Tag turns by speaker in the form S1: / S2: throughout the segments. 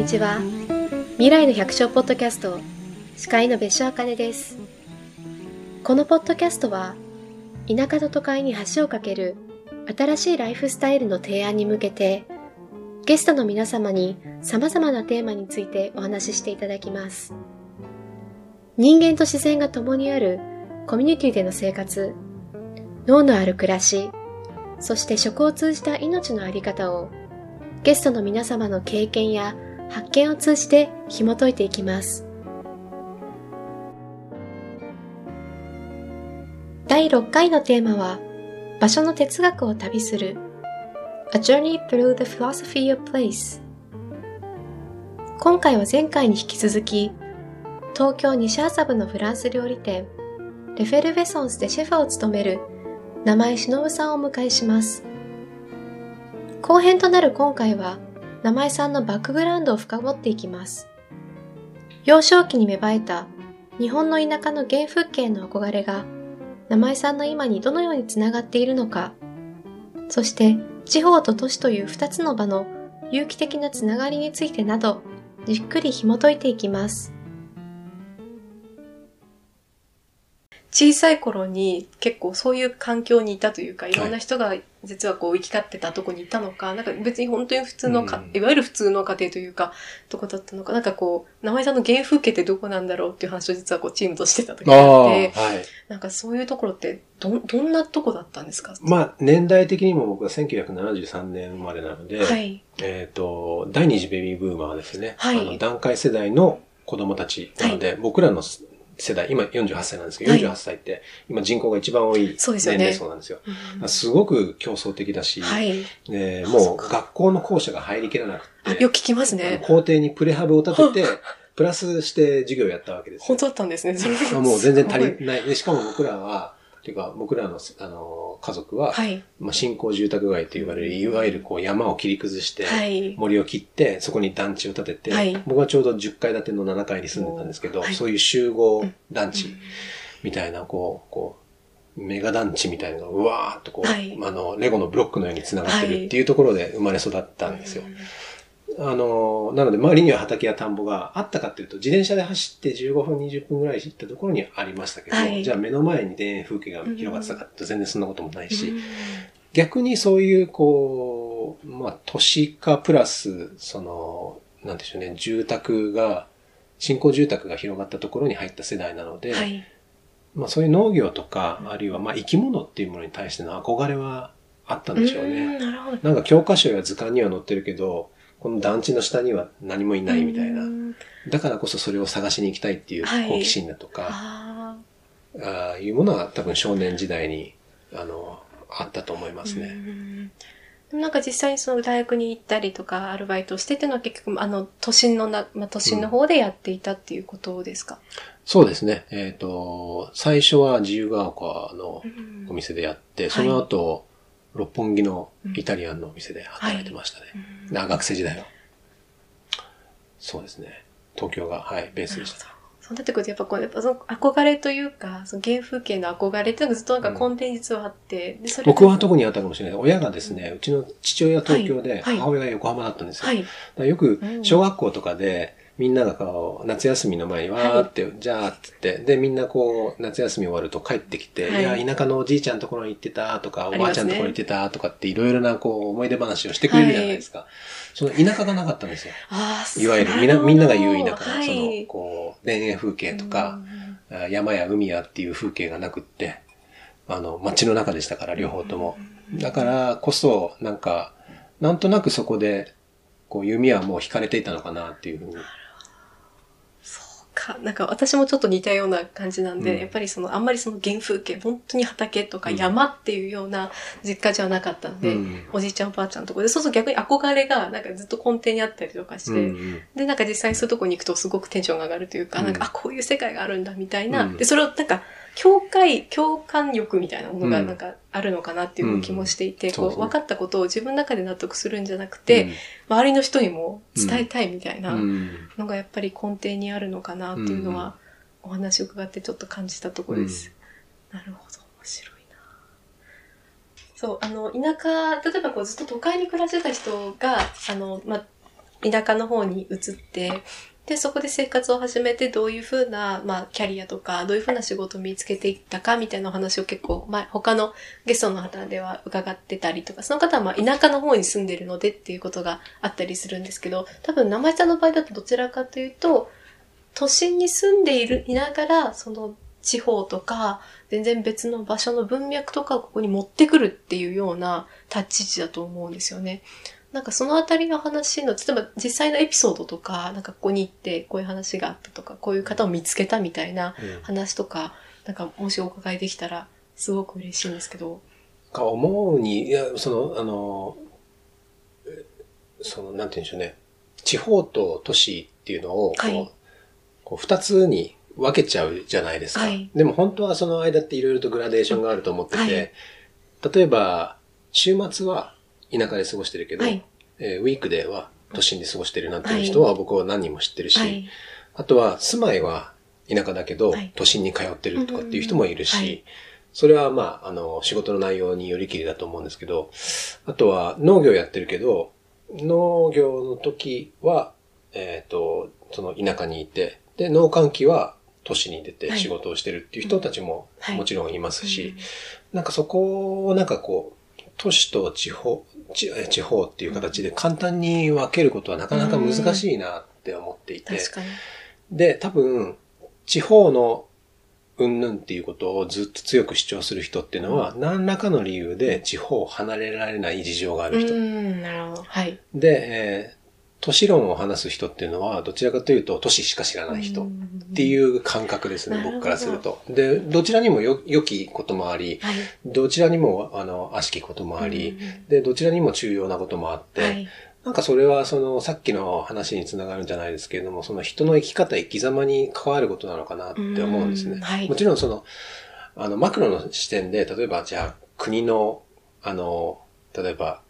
S1: ちは。未来の百姓ポッドキャスト司会の別所あかねです。このポッドキャストは田舎と都会に橋を架ける新しいライフスタイルの提案に向けてゲストの皆様に様々なテーマについてお話ししていただきます。人間と自然が共にあるコミュニティでの生活、脳のある暮らし、そして食を通じた命のあり方をゲストの皆様の経験や発見を通じて紐解いていきます。第6回のテーマは場所の哲学を旅する A Journey Through the Philosophy of Place。 今回は前回に引き続き東京西麻布のフランス料理店レフェルヴェソンスでシェフを務める名前忍さんをお迎えします。後編となる今回は名前さんのバックグラウンドを深掘っていきます。幼少期に芽生えた日本の田舎の原風景の憧れが名前さんの今にどのようにつながっているのか、そして地方と都市という2つの場の有機的なつながりについてなどじっくり紐解いていきます。小さい頃に結構そういう環境にいたというか、いろんな人が実はこう生き交ってたとこにいたのか、なんか別に本当に普通のいわゆる普通の家庭というか、どこだったのか、なんかこう、名前さんの原風景ってどこなんだろうっていう話を実はこうチームとしてた時があって、なんかそういうところってどんなとこだったんですか？
S2: まあ、年代的にも僕は1973年生まれなので、第二次ベビーブーマーですね。団塊世代の子供たちなので、僕らの世代、今48歳なんですけど、48歳って今人口が一番多い年齢層なんですよ。すごく競争的だし、もう学校の校舎が入りきらなくて、
S1: よく聞きますね。
S2: 校庭にプレハブを立てて、プラスして授業をやったわけですよ。
S1: 本当だったんですね。
S2: もう全然足りない。でしかも僕らの家族は、新興住宅街と言われる、いわゆるこう山を切り崩して、森を切って、そこに団地を建てて、僕はちょうど10階建ての7階に住んでたんですけど、そういう集合団地みたいな、メガ団地みたいなのがうわーっとレゴのブロックのように繋がってるっていうところで生まれ育ったんですよ。なので、周りには畑や田んぼがあったかっていうと、自転車で走って15分、20分ぐらい行ったところにありましたけど、じゃあ目の前に田園風景が広がってたかって全然そんなこともないし、逆にそういう、都市化プラス、なんでしょうね、新興住宅が広がったところに入った世代なので、そういう農業とか、あるいは生き物っていうものに対しての憧れはあったんでしょうね。なんか教科書や図鑑には載ってるけど、この団地の下には何もいないみたいな。だからこそそれを探しに行きたいっていう好奇心だとか、いうものは多分少年時代に、あったと思いますね。
S1: なんか実際にその大学に行ったりとかアルバイトしてっていうのは結局都心の方でやっていたっていうことですか？
S2: そうですね。最初は自由が丘のお店でやって、その後、六本木のイタリアンのお店で働いてましたね。学生時代は。そうですね。東京が、ベースでした。
S1: そうなってくると、やっぱその憧れというか、その原風景の憧れっていうのがずっとなんか根底に実はあって、
S2: 僕は特にあったかもしれない。親がですね、うちの父親は東京で、母親が横浜だったんですよ。よく、小学校とかで、みんなが夏休みの前にわーって、じゃあって言って、で、みんな夏休み終わると帰ってきて、いや、田舎のおじいちゃんのところに行ってたとか、おばあちゃんのところに行ってたとかって、いろいろな思い出話をしてくれるじゃないですか。その田舎がなかったんですよ。いわゆるみんなが言う田舎の、田園風景とか、山や海やっていう風景がなくって、街の中でしたから、両方とも。だからこそ、なんとなくそこで、弓はもう引かれていたのかなっていうふうに。
S1: なんか私もちょっと似たような感じなんで、やっぱりあんまりその原風景、本当に畑とか山っていうような実家じゃなかったんで、おじいちゃんおばあちゃんのところで、そうすると逆に憧れがなんかずっと根底にあったりとかして、で、なんか実際にそういうとこに行くとすごくテンションが上がるというか、なんか、こういう世界があるんだみたいな、で、それをなんか、共感欲みたいなものがなんかあるのかなっていう気もしていて、分かったことを自分の中で納得するんじゃなくて、周りの人にも伝えたいみたいなのがやっぱり根底にあるのかなっていうのは、お話を伺ってちょっと感じたところです。なるほど、面白いな。そう、田舎、例えばずっと都会に暮らしてた人が、 田舎の方に移って、で、そこで生活を始めてどういうふうな、キャリアとか、どういうふうな仕事を見つけていったかみたいなお話を結構、他のゲストの方では伺ってたりとか、その方は田舎の方に住んでるのでっていうことがあったりするんですけど、多分、生井さんの場合だとどちらかというと、都心に住んでいながら、その地方とか、全然別の場所の文脈とかをここに持ってくるっていうような立ち位置だと思うんですよね。なんかそのあたりの話の、例えば実際のエピソードとか、なんかここに行ってこういう話があったとか、こういう方を見つけたみたいな話とか、なんかもしお伺いできたらすごく嬉しいんですけど。
S2: 思うに、いや、なんて言うんでしょうね。地方と都市っていうのをこう二つに分けちゃうじゃないですか。でも本当はその間っていろいろとグラデーションがあると思ってて、例えば週末は田舎で過ごしてるけど、ウィークデーは都心で過ごしてるなんていう人は僕は何人も知ってるし、あとは住まいは田舎だけど、都心に通ってるとかっていう人もいるし、それは仕事の内容によりきりだと思うんですけど、あとは農業やってるけど、農業の時は、その田舎にいて、で、農閑期は都市に出て仕事をしてるっていう人たちももちろんいますし、なんかそこを都市と地方っていう形で簡単に分けることはなかなか難しいなって思っていて。
S1: 確かに。
S2: で、多分、地方の云々っていうことをずっと強く主張する人っていうのは、何らかの理由で地方を離れられない事情がある人。
S1: なるほど。はい。
S2: で、都市論を話す人っていうのは、どちらかというと都市しか知らない人っていう感覚ですね、僕からすると。で、どちらにも良きこともあり、どちらにも悪しきこともあり、で、どちらにも重要なこともあって、なんかそれはさっきの話につながるんじゃないですけれども、その人の生き方、生き様に関わることなのかなって思うんですね。もちろんマクロの視点で、例えばじゃあ国の、例えば、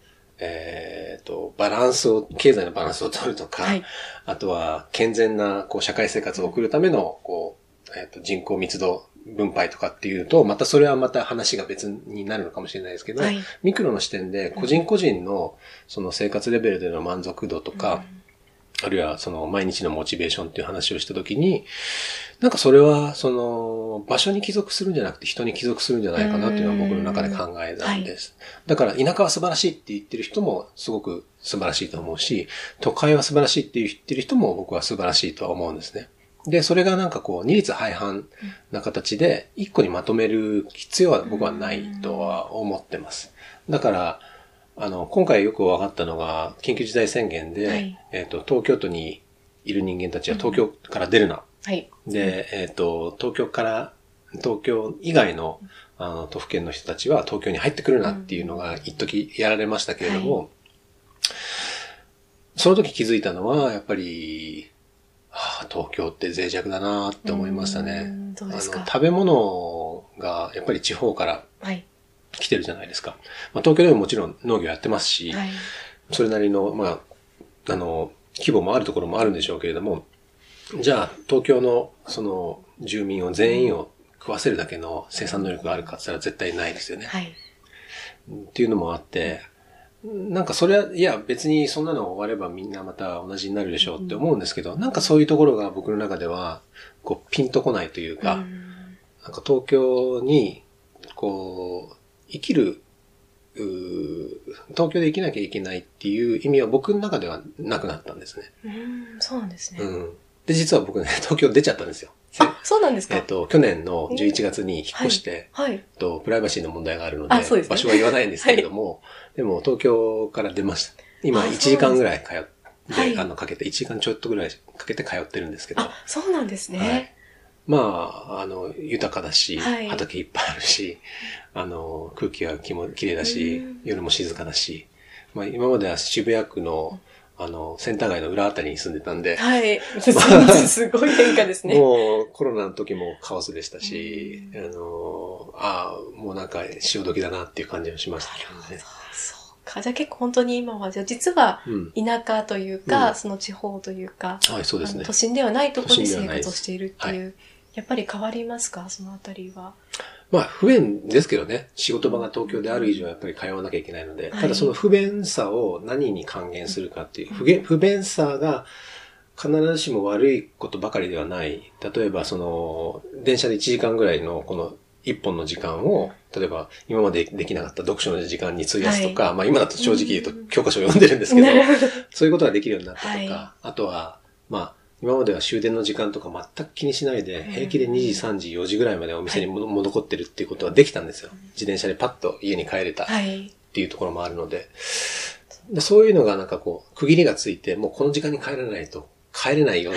S2: 経済のバランスを取るとか、あとは健全な社会生活を送るための人口密度分配とかっていうと、それはまた話が別になるのかもしれないですけど、ミクロの視点で個人個人のその生活レベルでの満足度とか、あるいはその毎日のモチベーションっていう話をしたときに、なんかそれは場所に帰属するんじゃなくて人に帰属するんじゃないかなっていうのは僕の中で考えたんです。だから田舎は素晴らしいって言ってる人もすごく素晴らしいと思うし、都会は素晴らしいって言ってる人も僕は素晴らしいとは思うんですね。で、それがなんか二律背反な形で一個にまとめる必要は僕はないとは思ってます。だから、今回よく分かったのが、緊急事態宣言で、東京都にいる人間たちは東京から出るな。で、東京以外の、都府県の人たちは東京に入ってくるなっていうのが一時やられましたけれども、その時気づいたのは、やっぱり、東京って脆弱だなって思いましたね。
S1: どうですか？
S2: 食べ物がやっぱり地方から来てるじゃないですか。東京でももちろん農業やってますし、それなりの、規模もあるところもあるんでしょうけれども、じゃあ東京のその住民を全員を食わせるだけの生産能力があるかって言ったら絶対ないですよね。っていうのもあって、なんかそれは、いや別にそんなの終わればみんなまた同じになるでしょうって思うんですけど、なんかそういうところが僕の中では、ピンとこないというか、なんか東京に、生きる、東京で生きなきゃいけないっていう意味は僕の中ではなくなったんですね。
S1: そうなんですね。
S2: で、実は僕ね、東京出ちゃったんですよ。
S1: そうなんですか？
S2: 去年の11月に引っ越して、プライバシーの問題があるので、場所は言わないんですけれども、でも東京から出ました。今1時間ぐらいかけて、1時間ちょっとぐらいかけて通ってるんですけど。
S1: そうなんですね。
S2: 豊かだし、畑いっぱいあるし、空気がきれいだし、夜も静かだし、今までは渋谷区の、センター街の裏あたりに住んでたんで。すごい変化ですね。 もうコロナの時もカオスでしたし、もうなんか潮時だなっていう感じもしましたけどね。
S1: そうか。じゃあ結構本当に今は、実は田舎というか、その地方というか、
S2: そうですね。
S1: 都心ではないところで生活をしているっていうやっぱり変わりますか、そのあたりは。
S2: まあ、不便ですけどね。仕事場が東京である以上やっぱり通わなきゃいけないので、ただその不便さを何に還元するかっていう、不便さが必ずしも悪いことばかりではない。例えば電車で1時間ぐらいのこの1本の時間を、例えば今までできなかった読書の時間に費やすとか、まあ今だと正直言うと教科書を読んでるんですけど、そういうことができるようになったとか、あとは、まあ、今までは終電の時間とか全く気にしないで、平気で2時、3時、4時ぐらいまでお店に残ってるっていうことはできたんですよ。自転車でパッと家に帰れたっていうところもあるので。そういうのがなんかこう、区切りがついて、もうこの時間に帰らないと帰れないよって、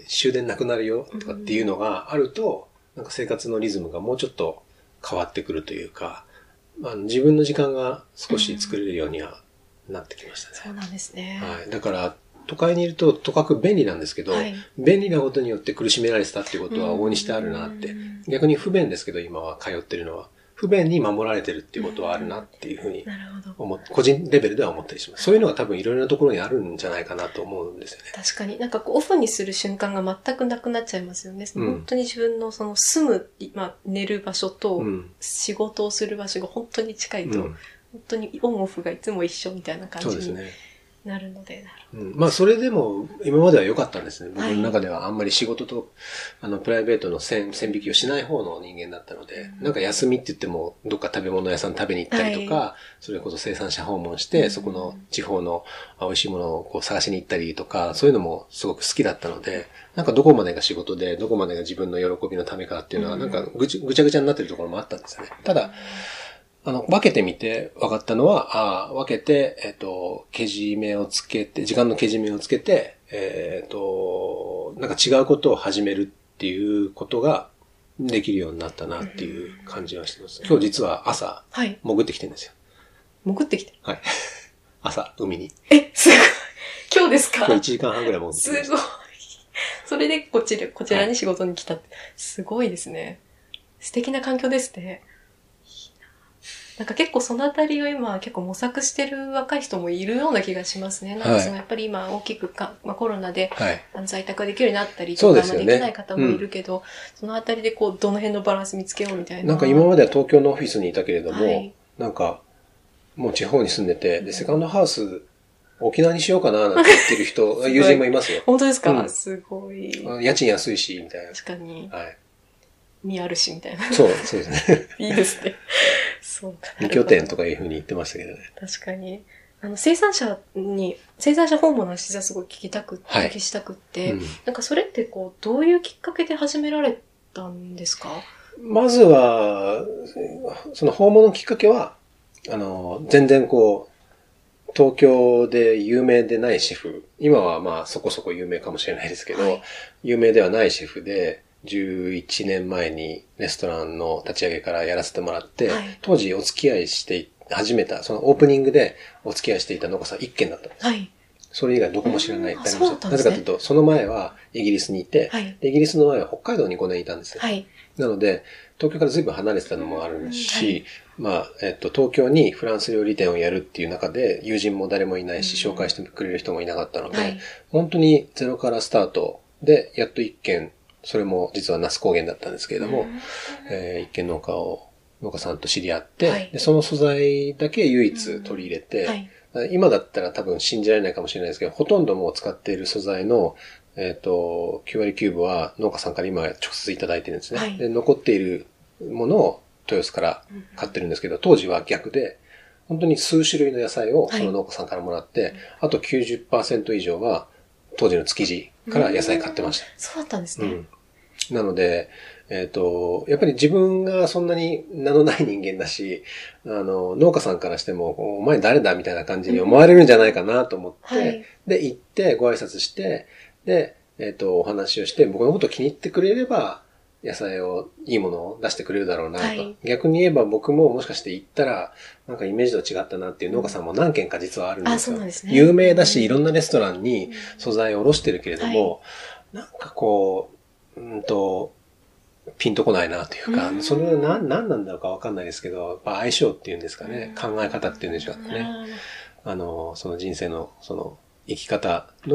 S2: 終電なくなるよとかっていうのがあると、なんか生活のリズムがもうちょっと変わってくるというか、まあ、自分の時間が少し作れるようにはなってきましたね。
S1: そうなんですね。
S2: はい。だから、都会にいるととかく便利なんですけど、便利なことによって苦しめられてたっていうことは往々にしてあるなって。逆に不便ですけど今は通ってるのは、不便に守られてるっていうことはあるなっていうふうに個人レベルでは思ったりします。そういうのが多分いろいろなところにあるんじゃないかなと思うんですよね。
S1: 確かになんかこうオフにする瞬間が全くなくなっちゃいますよね。本当に自分のその住む、まあ、寝る場所と仕事をする場所が本当に近いと、本当にオンオフがいつも一緒みたいな感じになるので。
S2: まあそれでも今までは良かったんですね。僕の中ではあんまり仕事とプライベートの線引きをしない方の人間だったので、なんか休みって言ってもどっか食べ物屋さん食べに行ったりとか、それこそ生産者訪問して、そこの地方の美味しいものをこう探しに行ったりとか、そういうのもすごく好きだったので、なんかどこまでが仕事で、どこまでが自分の喜びのためかっていうのは、なんかぐちゃぐちゃになってるところもあったんですよね。ただ、分けてみて分かったのは、分けて、けじめをつけて、時間のけじめをつけて、なんか違うことを始めるっていうことができるようになったなっていう感じはしてます。今日実は朝、潜ってきてるんですよ。
S1: 潜ってきて？
S2: はい。朝、海に。
S1: すごい。今日ですか？
S2: 今日1時間半ぐらい潜ってきてる。
S1: すごい。それでこちらに仕事に来たって、すごいですね。素敵な環境ですね。なんか結構そのあたりを今結構模索してる若い人もいるような気がしますね。なんかやっぱり今大きくコロナで在宅ができるようになったりとか、できない方もいるけど、そのあたりでこうどの辺のバランス見つけようみたいな。
S2: なんか今までは東京のオフィスにいたけれども、なんかもう地方に住んでて、で、セカンドハウス沖縄にしようかななんて言ってる人、友人もいますよ。
S1: 本当ですか？すごい。
S2: 家賃安いし、みたいな。
S1: 確かに。
S2: はい。
S1: 見あるし、みたいな。
S2: そうですね。
S1: いいですね。そうか。
S2: 2拠点とかいうふうに言ってましたけどね。
S1: 確かに。生産者訪問の話はすごい聞きしたくって、なんかそれってこう、どういうきっかけで始められたんですか？
S2: まずは、その訪問のきっかけは、全然こう、東京で有名でないシェフ、今はまあそこそこ有名かもしれないですけど、有名ではないシェフで、11年前にレストランの立ち上げからやらせてもらって、当時お付き合いして始めた、そのオープニングでお付き合いしていた農家さん1軒だったんです。それ以外どこも知らない。なぜかというと、その前はイギリスにいて、イギリスの前は北海道に5年いたんですよ。なので、東京から随分離れてたのもあるし、まあ、東京にフランス料理店をやるっていう中で、友人も誰もいないし、紹介してくれる人もいなかったので、本当にゼロからスタートで、やっと1軒、それも実は那須高原だったんですけれども、一軒農家さんと知り合って、でその素材だけ唯一取り入れて、今だったら多分信じられないかもしれないですけど、ほとんどもう使っている素材の、9割9分は農家さんから今直接いただいてるんですね。で残っているものを豊洲から買ってるんですけど、当時は逆で、本当に数種類の野菜をその農家さんからもらって、あと 90% 以上は当時の築地から野菜買ってました。
S1: そうだったんですね。
S2: なので、やっぱり自分がそんなに名のない人間だし、農家さんからしても、お前誰だみたいな感じに思われるんじゃないかなと思って、で、行ってご挨拶して、で、お話をして、僕のことを気に入ってくれれば、野菜を、いいものを出してくれるだろうなと。逆に言えば僕ももしかして行ったら、なんかイメージと違ったなっていう農家さんも何軒か実はあるんですよ。有名だし、いろんなレストランに素材を卸してるけれども、なんかこう、ピンとこないなというか、それは何なんだろうかわかんないですけど、やっぱ相性っていうんですかね、考え方っていうんでしょうかね。その人生の、その生き方の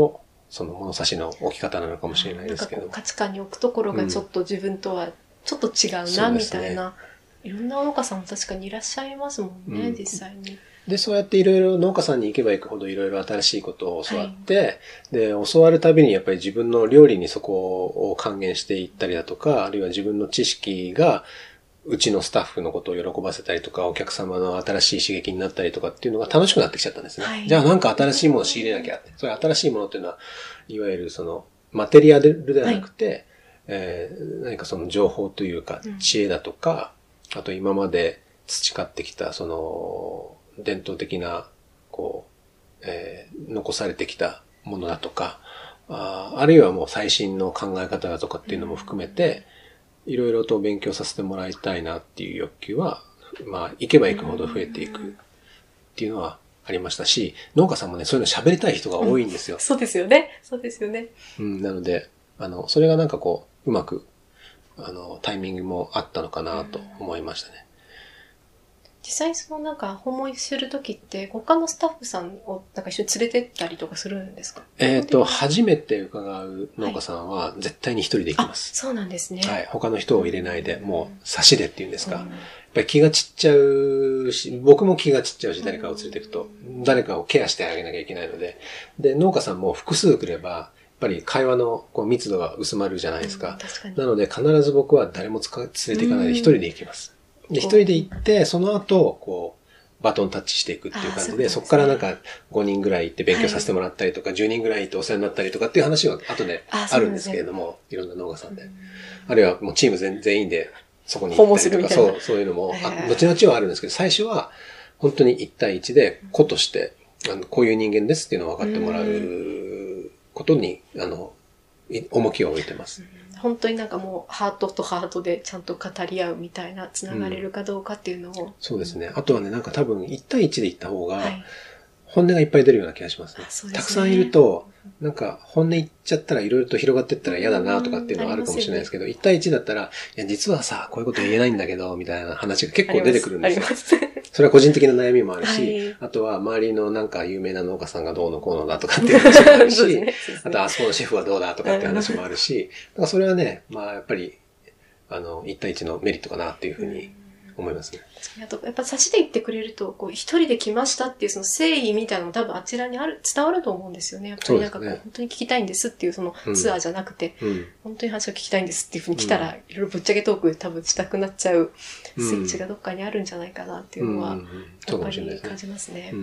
S2: その物差しの置き方なのかもしれないですけど。
S1: なんかこう価値観に置くところがちょっと自分とはちょっと違うな、みたいな。いろんな農家さんも確かにいらっしゃいますもんね、実際に。
S2: で、そうやっていろいろ農家さんに行けば行くほどいろいろ新しいことを教わって、で、教わるたびにやっぱり自分の料理にそこを還元していったりだとか、あるいは自分の知識がうちのスタッフのことを喜ばせたりとか、お客様の新しい刺激になったりとかっていうのが楽しくなってきちゃったんですね。じゃあなんか新しいものを仕入れなきゃって。それ新しいものっていうのは、いわゆるそのマテリアルではなくて、何かその情報というか知恵だとか、あと今まで培ってきたその伝統的なこう、残されてきたものだとか、あるいはもう最新の考え方だとかっていうのも含めて、いろいろと勉強させてもらいたいなっていう欲求は、まあ、行けば行くほど増えていくっていうのはありましたし、農家さんもね、そういうの喋りたい人が多いんですよ。
S1: そうですよね。そうですよね。
S2: なので、それがなんかこう、うまく、タイミングもあったのかなと思いましたね。
S1: 実際そのなんか訪問するときって他のスタッフさんをなんか一緒に連れてったりとかするんですか？
S2: 初めて伺う農家さんは絶対に一人で行きます。
S1: そうなんですね。
S2: はい。他の人を入れないで、もう差しでっていうんですか。やっぱり気が散っちゃうし、僕も気が散っちゃうし、誰かを連れていくと、誰かをケアしてあげなきゃいけないので、で、農家さんも複数来れば、やっぱり会話のこう密度が薄まるじゃないですか。
S1: 確かに。
S2: なので必ず僕は誰も連れて行かないで一人で行きます。で、一人で行って、その後、こう、バトンタッチしていくっていう感じで、そこからなんか5人ぐらい行って勉強させてもらったりとか、10人ぐらい行ってお世話になったりとかっていう話は後であるんですけれども、いろんな農家さんで。あるいはもうチーム全員でそこに行ったりとか、そういうのも、後々はあるんですけど、最初は本当に1対1で子として、こういう人間ですっていうのを分かってもらうことに、重きを置いてます。
S1: 本当になんかもうハートとハートでちゃんと語り合うみたいな、つながれるかどうかっていうのを。
S2: そうですね。あとはね、なんか多分1対1で行った方が、本音がいっぱい出るような気がしますね。たくさんいると、なんか本音言っちゃったらいろいろと広がってったら嫌だなとかっていうのはあるかもしれないですけど、1対1だったら、いや実はさ、こういうこと言えないんだけど、みたいな話が結構出てくるんですよ。それは個人的な悩みもあるし、あとは周りのなんか有名な農家さんがどうのこうのだとかっていう話もあるし、あとあそこのシェフはどうだとかっていう話もあるし、だからそれはね、まあやっぱり、1対1のメリットかなっていうふうに思いますね。
S1: あと、やっぱ差しで言ってくれると、こう、一人で来ましたっていうその誠意みたいなのも多分あちらに伝わると思うんですよね。やっぱりなんかこう、本当に聞きたいんですっていうそのツアーじゃなくて、本当に話を聞きたいんですっていうふうに来たら、いろいろぶっちゃけトーク多分したくなっちゃうスイッチがどっかにあるんじゃないかなっていうのは、やっぱり感じますね。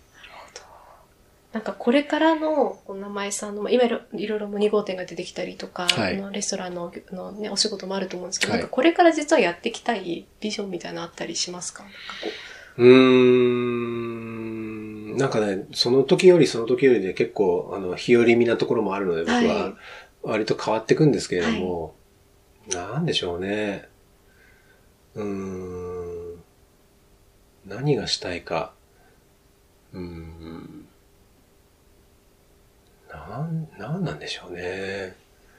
S1: なんかこれからの名前さんの、今いろいろ2号店が出てきたりとか、レストランのね、お仕事もあると思うんですけど、なんかこれから実はやっていきたいビジョンみたいなのあったりしますか？なんかこ
S2: う。なんかね、その時よりで結構、日和見なところもあるので、僕は割と変わっていくんですけれども、なんでしょうね。何がしたいか。なんなんでしょうね。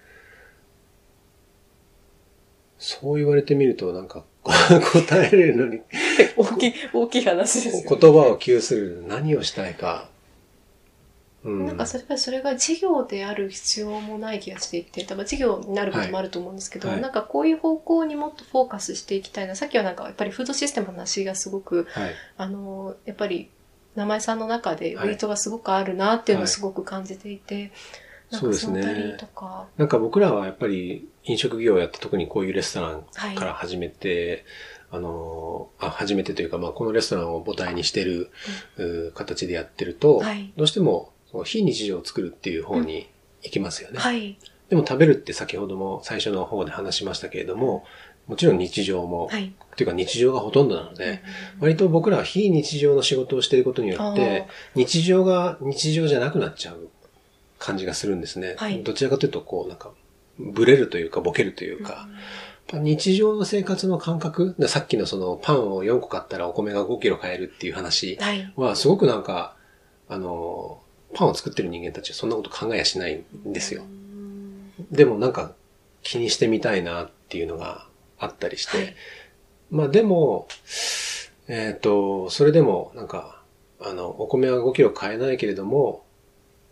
S2: そう言われてみるとなんか答えれるのに
S1: 大きい話ですよね。
S2: 言葉を窮する何をしたいか。
S1: なんかそれが事業である必要もない気がしていて、多分事業になることもあると思うんですけど、なんかこういう方向にもっとフォーカスしていきたいな。さっきはなんかやっぱりフードシステムの話がすごく、やっぱり名前さんの中でウェイトがすごくあるなっていうのをすごく感じていて、なんかそのあたりとか。
S2: なんか僕らはやっぱり飲食業をやって特にこういうレストランから始めて、初めてというか、まあこのレストランを母体にしている、形でやってると、どうしても非日常を作るっていう方に行きますよね。でも食べるって先ほども最初の方で話しましたけれども、もちろん日常も、っていうか日常がほとんどなので、割と僕らは非日常の仕事をしていることによって、日常が日常じゃなくなっちゃう感じがするんですね。どちらかというと、こうなんか、ブレるというか、ボケるというか、日常の生活の感覚、さっきのそのパンを4個買ったらお米が5キロ買えるっていう話は、すごくなんか、パンを作ってる人間たちはそんなこと考えやしないんですよ。でもなんか気にしてみたいなっていうのがあったりして、まあでも、それでもなんか、お米は5キロ買えないけれども、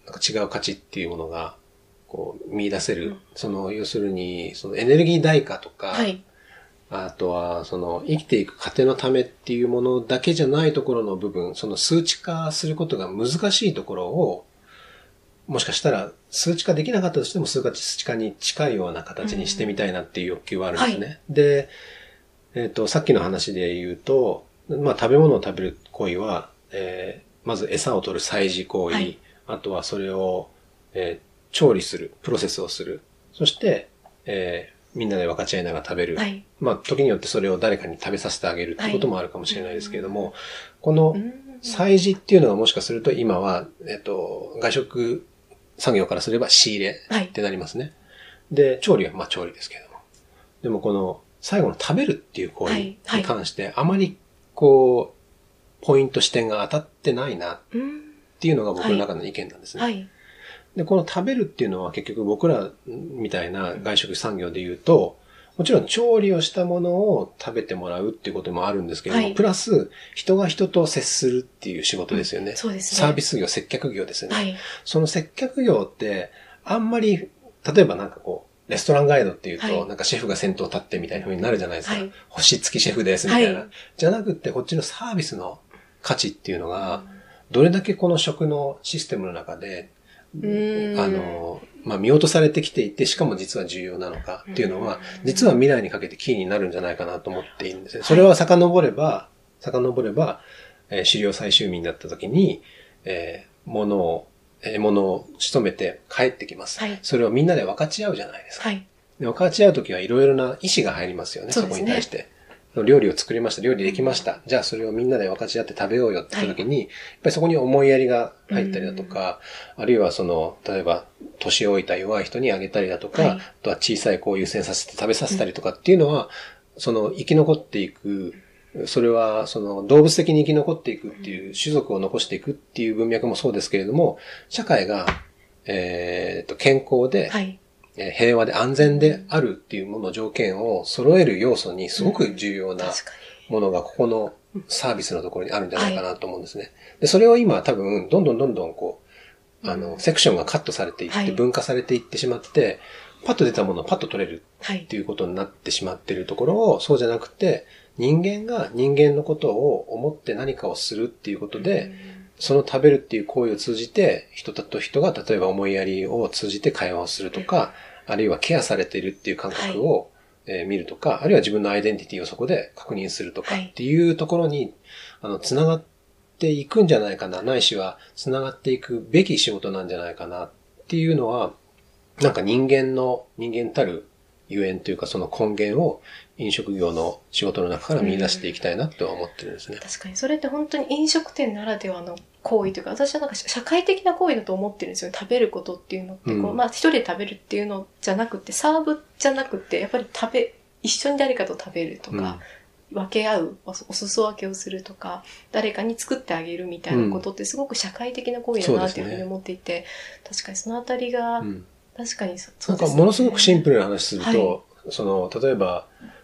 S2: なんか違う価値っていうものが、こう、見出せる。要するに、エネルギー代価とか、はい、あとは、生きていく過程のためっていうものだけじゃないところの部分、数値化することが難しいところを、もしかしたら数値化できなかったとしても数値化に近いような形にしてみたいなっていう欲求はあるんですね。はい、で、さっきの話で言うと、まあ、食べ物を食べる行為は、まず餌を取る採餌行為、はい、あとはそれを、調理する、プロセスをする。そして、みんなで分かち合いながら食べる。はい、まあ、時によってそれを誰かに食べさせてあげるってこともあるかもしれないですけれども、はい、この催事っていうのがもしかすると今は、外食産業からすれば仕入れってなりますね。はい、で、調理はまあ調理ですけれども。でもこの最後の食べるっていう行為に関して、あまりこう、ポイント視点が当たってないなっていうのが僕の中の意見なんですね。はいはい、で、この食べるっていうのは結局僕らみたいな外食産業で言うと、もちろん調理をしたものを食べてもらうっていうこともあるんですけれども、はい、プラス人が人と接するっていう仕事ですよね。そうですね。サービス業、接客業ですよね。はい、その接客業ってあんまり、例えばなんかこう、レストランガイドっていうと、はい、なんかシェフが先頭立ってみたいな風になるじゃないですか。はい、星付きシェフですみたいな。はい、じゃなくってこっちのサービスの価値っていうのが、どれだけこの食のシステムの中でまあ、見落とされてきていて、しかも実は重要なのかっていうのは、実は未来にかけてキーになるんじゃないかなと思っているんですね。それは遡れば、狩猟採集民だった時に、物を仕留めて帰ってきます。はい、それをみんなで分かち合うじゃないですか。はい、で分かち合う時はいろいろな意思が入りますよね、そこに対して。料理を作りました。料理できました。じゃあそれをみんなで分かち合って食べようよって言った時に、やっぱりそこに思いやりが入ったりだとか、あるいは例えば、年老いた弱い人にあげたりだとか、あとは小さい子を優先させて食べさせたりとかっていうのは、生き残っていく、それは動物的に生き残っていくっていう、種族を残していくっていう文脈もそうですけれども、社会が、健康で、平和で安全であるっていうもの条件を揃える要素にすごく重要なものがここのサービスのところにあるんじゃないかなと思うんですね。で、それを今多分どんどんこう、セクションがカットされていって分化されていってしまって、パッと出たものをパッと取れるっていうことになってしまっているところを、そうじゃなくて、人間が人間のことを思って何かをするっていうことで、その食べるっていう行為を通じて、人と人が例えば思いやりを通じて会話をするとか、あるいはケアされているっていう感覚を、見るとか、あるいは自分のアイデンティティをそこで確認するとかっていうところに、つながっていくんじゃないかな、ないしはつながっていくべき仕事なんじゃないかなっていうのは、なんか人間たるゆえんというかその根源を飲食業の仕事の中から見出していきたいなとは思ってるんですね。
S1: 確かにそれって本当に飲食店ならではの行為というか、私はなんか社会的な行為だと思ってるんですよね。食べることっていうのってまあ一人で食べるっていうのじゃなくて、サーブじゃなくて、やっぱり一緒に誰かと食べるとか、分け合う、お裾分けをするとか、誰かに作ってあげるみたいなことってすごく社会的な行為だなっていうふうに思っていて、確かにそのあたりが、確かにそうですね。
S2: なんかものすごくシンプルな話すると、例えば、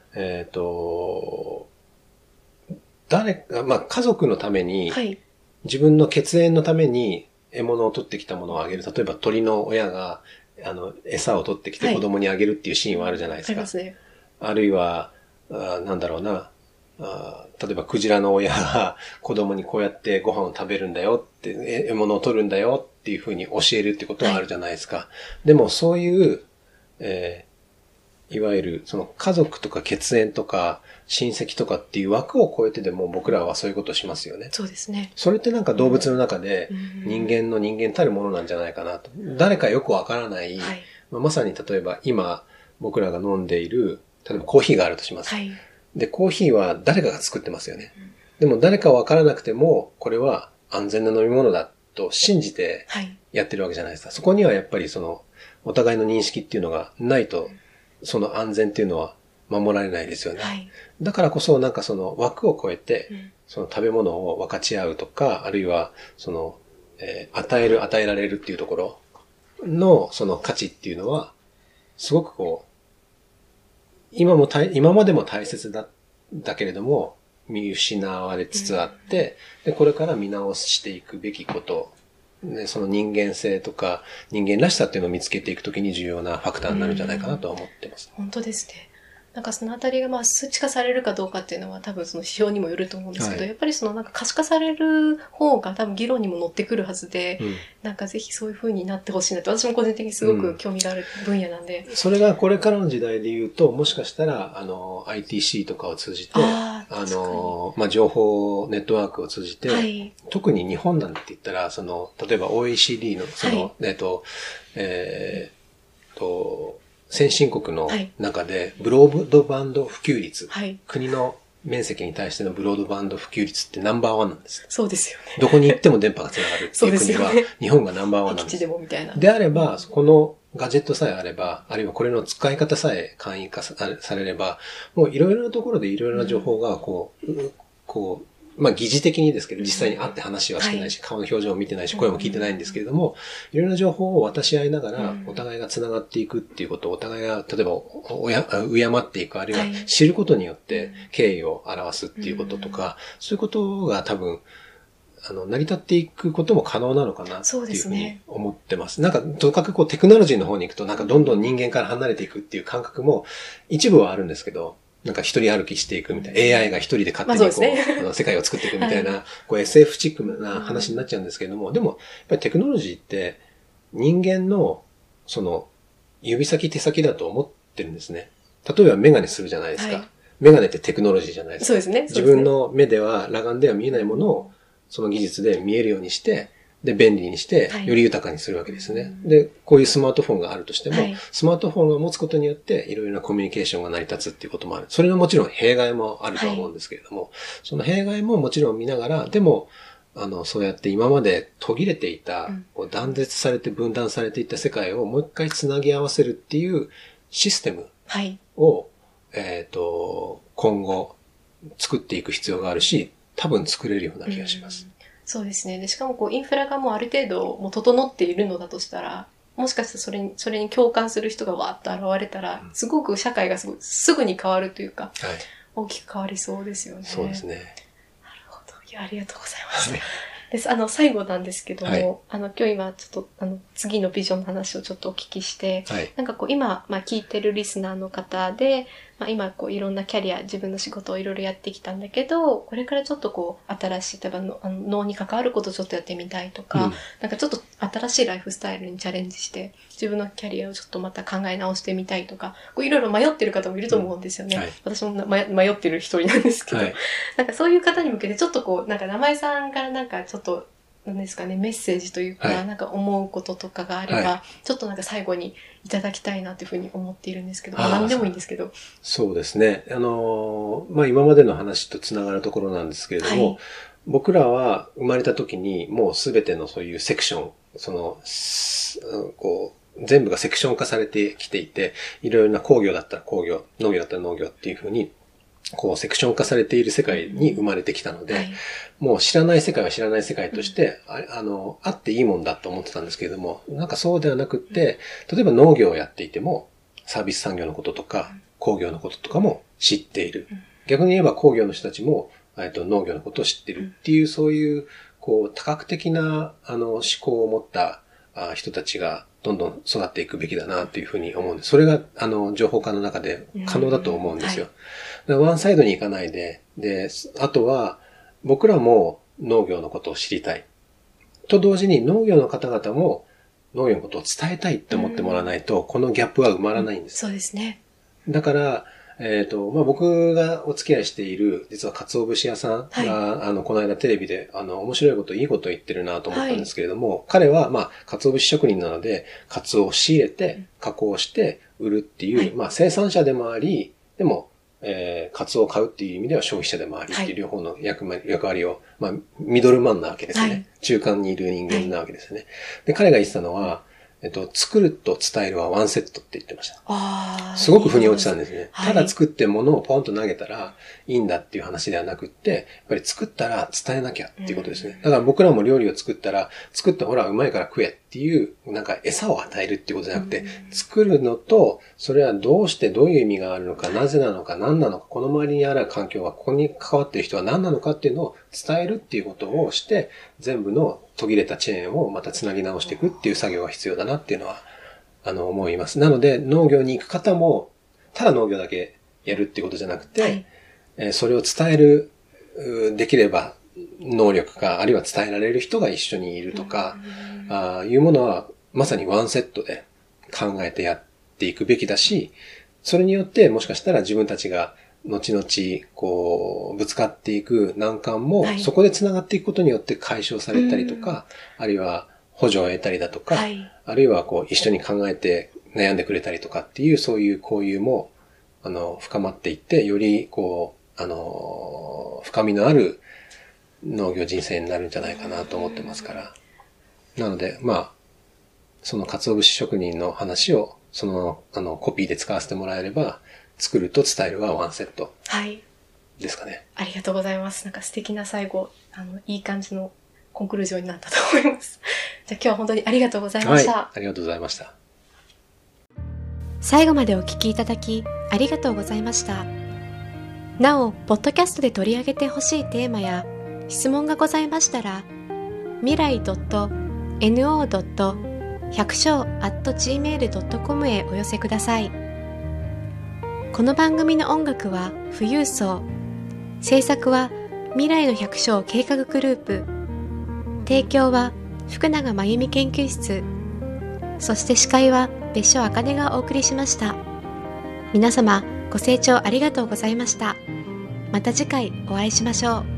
S2: まあ、家族のために、自分の血縁のために獲物を取ってきたものをあげる。例えば鳥の親が、餌を取ってきて子供にあげるっていうシーンはあるじゃないですか。ありますね。あるいは、なんだろうな。例えばクジラの親が子供にこうやってご飯を食べるんだよって、獲物を取るんだよっていうふうに教えるってことはあるじゃないですか。でもそういう、いわゆるその家族とか血縁とか親戚とかっていう枠を超えてでも僕らはそういうことをしますよね。
S1: そうですね。
S2: それってなんか動物の中で人間の人間たるものなんじゃないかなと。誰かよくわからない、まさに例えば今僕らが飲んでいる、例えばコーヒーがあるとします。で、コーヒーは誰かが作ってますよね。でも誰かわからなくてもこれは安全な飲み物だと信じてやってるわけじゃないですか。そこにはやっぱりお互いの認識っていうのがないと、その安全っていうのは守られないですよね。だからこそなんかその枠を超えて、その食べ物を分かち合うとか、あるいは与えられるっていうところのその価値っていうのは、すごくこう、今までも大切だけれども、見失われつつあって、で、これから見直していくべきことね、その人間性とか人間らしさっていうのを見つけていくときに重要なファクターになるんじゃないかなとは思ってます。
S1: 本当ですね。なんかそのあたりが数値化されるかどうかっていうのは多分その指標にもよると思うんですけど、やっぱりそのなんか可視化される方が多分議論にも乗ってくるはずで、なんかぜひそういう風になってほしいなって、私も個人的にすごく興味がある分野なんで。
S2: それがこれからの時代で言うと、もしかしたら、ITC とかを通じて、情報ネットワークを通じて、特に日本なんて言ったら、例えば OECD の、先進国の中で、ブロードバンド普及率、国の面積に対してのブロードバンド普及率ってナンバーワンなんです。
S1: そうですよね。
S2: どこに行っても電波が繋がるっていう国は、日本がナンバーワンなんです。であれば、このガジェットさえあれば、あるいはこれの使い方さえ簡易化されれば、もういろいろなところでいろいろな情報が疑似的にですけど、実際に会って話はしてないし、顔の表情を見てないし、声も聞いてないんですけれども、いろいろな情報を渡し合いながら、お互いが繋がっていくっていうことを、お互いが、例えば、敬っていく、あるいは知ることによって敬意を表すっていうこととか、そういうことが多分、成り立っていくことも可能なのかなっていうふうに思ってます。なんか、とかくテクノロジーの方に行くと、なんかどんどん人間から離れていくっていう感覚も一部はあるんですけど、なんか一人歩きしていくみたいな。AI が一人で勝手に世界を作っていくみたいな、SF チックな話になっちゃうんですけれども、でも、やっぱりテクノロジーって人間の、指先手先だと思ってるんですね。例えばメガネするじゃないですか。メガネってテクノロジーじゃないですか。
S1: そうですね。
S2: 自分の目では、裸眼では見えないものを、その技術で見えるようにして、で、便利にして、より豊かにするわけですね。で、こういうスマートフォンがあるとしても、スマートフォンを持つことによって、いろいろなコミュニケーションが成り立つっていうこともある。それはもちろん弊害もあると思うんですけれども、その弊害ももちろん見ながら、でも、そうやって今まで途切れていた、断絶されて分断されていった世界をもう一回つなぎ合わせるっていうシステムを、今後作っていく必要があるし、多分作れるような気がします。
S1: そうですね。で、しかもインフラがもうある程度もう整っているのだとしたら、もしかしたらそれに共感する人がわーっと現れたら、すごく社会がすぐに変わるというか、大きく変わりそうですよね。
S2: そうですね。
S1: なるほど。いや、ありがとうございます。です。最後なんですけども、今日今ちょっと、次のビジョンの話をちょっとお聞きして、なんか今、聞いてるリスナーの方で、今いろんなキャリア、自分の仕事をいろいろやってきたんだけど、これからちょっと新しい、例えば脳に関わることをちょっとやってみたいとか、なんかちょっと新しいライフスタイルにチャレンジして、自分のキャリアをちょっとまた考え直してみたいとか、いろいろ迷ってる方もいると思うんですよね。私も迷ってる一人なんですけど、なんかそういう方に向けてちょっとなんか名前さんからなんかちょっと、なんですかね、メッセージというか、なんか思うこととかがあれば、ちょっとなんか最後にいただきたいなというふうに思っているんですけど、何でもいいんですけど。
S2: そうですね。今までの話とつながるところなんですけれども、僕らは生まれた時にもうすべてのそういうセクション、全部がセクション化されてきていて、いろいろな工業だったら工業、農業だったら農業っていうふうに、セクション化されている世界に生まれてきたので、もう知らない世界は知らない世界として、あっていいもんだと思ってたんですけれども、なんかそうではなくって、例えば農業をやっていても、サービス産業のこととか、工業のこととかも知っている。逆に言えば工業の人たちも、農業のことを知っているっていう、そういう、多角的な、思考を持った人たちが、どんどん育っていくべきだなというふうに思うんです。それが、情報化の中で可能だと思うんですよ。ワンサイドに行かないで、あとは、僕らも農業のことを知りたい。と同時に農業の方々も農業のことを伝えたいって思ってもらわないと、このギャップは埋まらないんです。
S1: そうですね。
S2: だから、僕がお付き合いしている、実は鰹節屋さんが、この間テレビで、面白いこと、いいこと言ってるなと思ったんですけれども、彼は、鰹節職人なので、鰹を仕入れて、加工して、売るっていう、生産者でもあり、でも、カツオを買うっていう意味では消費者でもありっていう両方の役割を、ミドルマンなわけですね。中間にいる人間なわけですね。で、彼が言ってたのは、作ると伝えるはワンセットって言ってました。すごく腑に落ちたんですね。ただ作って物をポンと投げたらいいんだっていう話ではなくって、やっぱり作ったら伝えなきゃっていうことですね。だから僕らも料理を作ったら、ほらうまいから食えってっていう、なんか餌を与えるっていうことじゃなくて、作るのと、それはどうしてどういう意味があるのか、なぜなのか、何なのか、この周りにある環境は、ここに関わっている人は何なのかっていうのを伝えるっていうことをして、全部の途切れたチェーンをまたつなぎ直していくっていう作業が必要だなっていうのは、思います。なので、農業に行く方も、ただ農業だけやるっていうことじゃなくて、それを伝える、できれば、能力か、あるいは伝えられる人が一緒にいるとか、いうものは、まさにワンセットで考えてやっていくべきだし、それによってもしかしたら自分たちが後々、ぶつかっていく難関も、そこで繋がっていくことによって解消されたりとか、あるいは補助を得たりだとか、あるいは一緒に考えて悩んでくれたりとかっていう、そういう交流も、深まっていって、より、深みのある農業人生になるんじゃないかなと思ってますから。なので、その鰹節職人の話を、コピーで使わせてもらえれば、作ると伝えるはワンセット。ですかね。
S1: ありがとうございます。なんか素敵な最後、いい感じのコンクルージョンになったと思います。じゃあ今日は本当にありがとうございました。
S2: ありがとうございました。
S1: 最後までお聞きいただき、ありがとうございました。なお、ポッドキャストで取り上げてほしいテーマや質問がございましたら、未来.no.100%@gmail.com へお寄せください。この番組の音楽は富裕層、制作は未来の百姓計画グループ、提供は福永真由美研究室、そして司会は別所茜がお送りしました。皆様ご清聴ありがとうございました。また次回お会いしましょう。